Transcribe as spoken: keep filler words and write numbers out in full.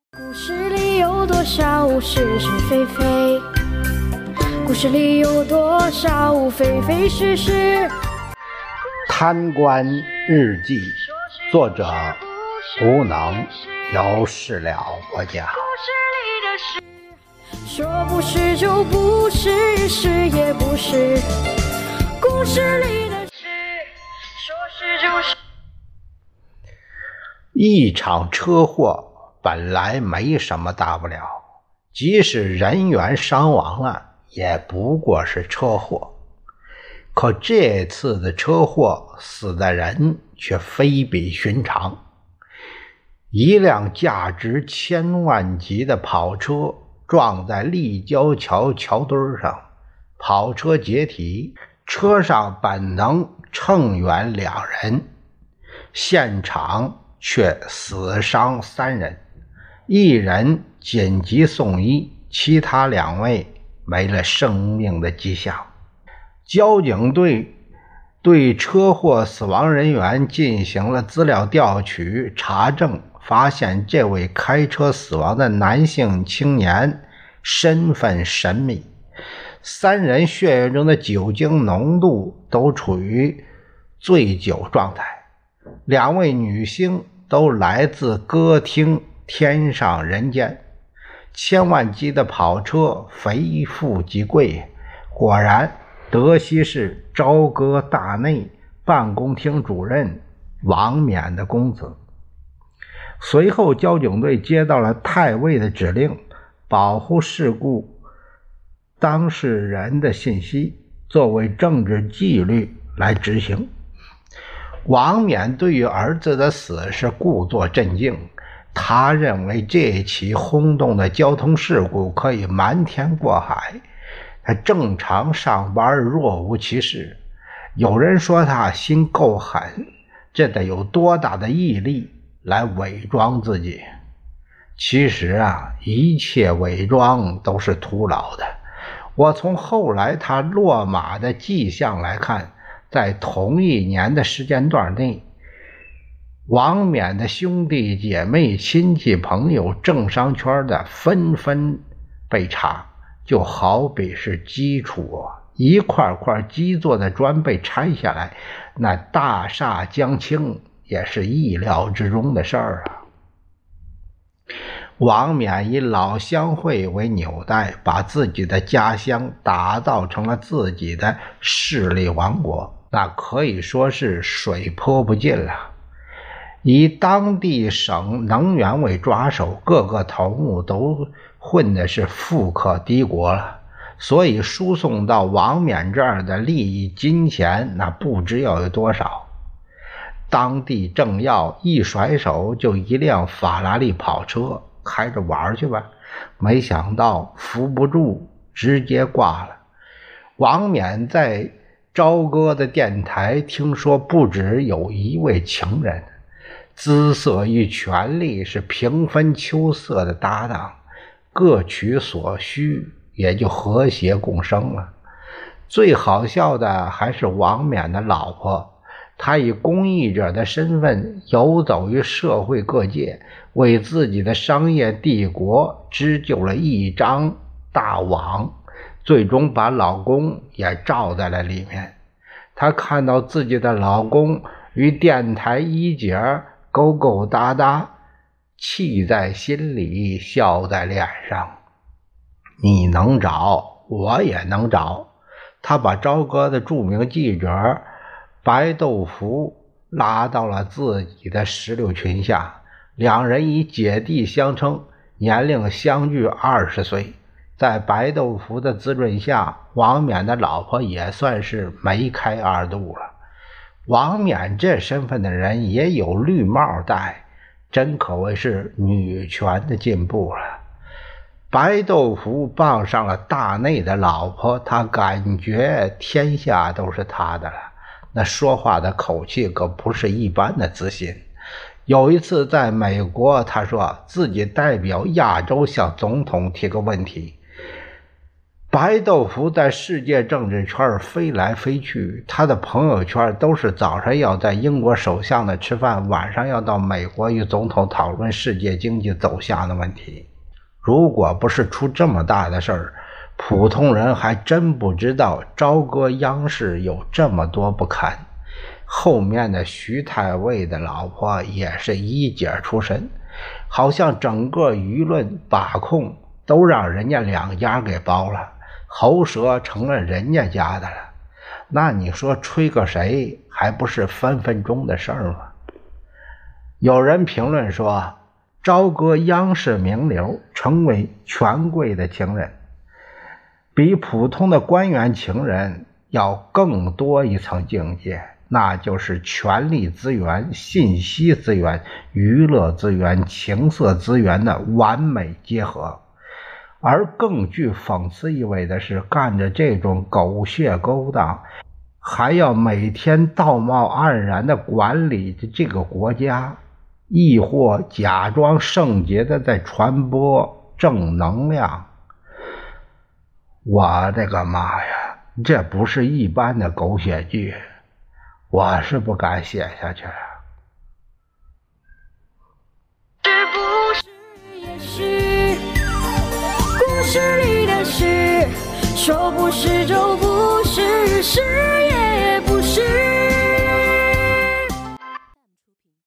故事里有多少是是非非？故事里有多少非非是是？ 贪官日记，作者无能，由事了播讲。 说不是就不是，是也不是。故事里的事，说是就是。 一场车祸本来没什么大不了，即使人员伤亡了，也不过是车祸。可这次的车祸死的人却非比寻常。一辆价值千万级的跑车撞在立交桥桥墩上，跑车解体，车上本能乘员两人，现场却死伤三人，一人紧急送医，其他两位没了生命的迹象。交警队对车祸死亡人员进行了资料调取查证，发现这位开车死亡的男性青年身份神秘，三人血液中的酒精浓度都处于醉酒状态，两位女星都来自歌厅天上人间。千万级的跑车非富即贵，果然德西市朝歌大内办公厅主任王冕的公子。随后交警队接到了太尉的指令，保护事故当事人的信息，作为政治纪律来执行。王冕对于儿子的死是故作镇静，他认为这起轰动的交通事故可以瞒天过海，他正常上班若无其事。有人说他心够狠，这得有多大的毅力来伪装自己。其实啊，一切伪装都是徒劳的。我从后来他落马的迹象来看，在同一年的时间段内，王冕的兄弟姐妹亲戚朋友政商圈的纷纷被查，就好比是基础一块块基座的砖被拆下来，那大厦将倾也是意料之中的事儿啊。王冕以老乡会为纽带，把自己的家乡打造成了自己的势力王国，那可以说是水泼不进了。以当地省能源为抓手，各个头目都混的是富可敌国了，所以输送到王冕这儿的利益金钱那不知要有多少。当地政要一甩手就一辆法拉利跑车，开着玩去吧，没想到扶不住，直接挂了。王冕在朝歌的电台听说不只有一位情人，姿色与权力是平分秋色的搭档，各取所需，也就和谐共生了。最好笑的还是王冕的老婆，她以公益者的身份游走于社会各界，为自己的商业帝国织就了一张大网，最终把老公也罩在了里面。她看到自己的老公与电台一姐勾勾搭搭，气在心里，笑在脸上。你能找，我也能找。他把朝歌的著名记者白豆腐拉到了自己的石榴裙下，两人以姐弟相称，年龄相距二十岁。在白豆腐的滋润下，王冕的老婆也算是梅开二度了。王冕这身份的人也有绿帽戴，真可谓是女权的进步了。白豆腐傍上了大内的老婆，他感觉天下都是他的了，那说话的口气可不是一般的自信。有一次在美国，他说自己代表亚洲向总统提个问题， 白豆腐在世界政治圈飞来飞去，他的朋友圈都是早上要在英国首相那吃饭，晚上要到美国与总统讨论世界经济走向的问题。如果不是出这么大的事儿，普通人还真不知道朝歌央视有这么多不堪。后面的徐太尉的老婆也是一姐出身，好像整个舆论把控都让人家两家给包了，喉舌成了人家家的了。那你说吹个谁还不是分分钟的事儿吗？有人评论说，朝歌央视名流成为权贵的情人，比普通的官员情人要更多一层境界，那就是权力资源、信息资源、娱乐资源、情色资源的完美结合。而更具讽刺意味的是，干着这种狗血勾当，还要每天道貌岸然的管理这个国家，亦或假装圣洁的在传播正能量。我的个妈呀，这不是一般的狗血剧，我是不敢写下去了。 是不是也许故事里的事，说不是就不是，是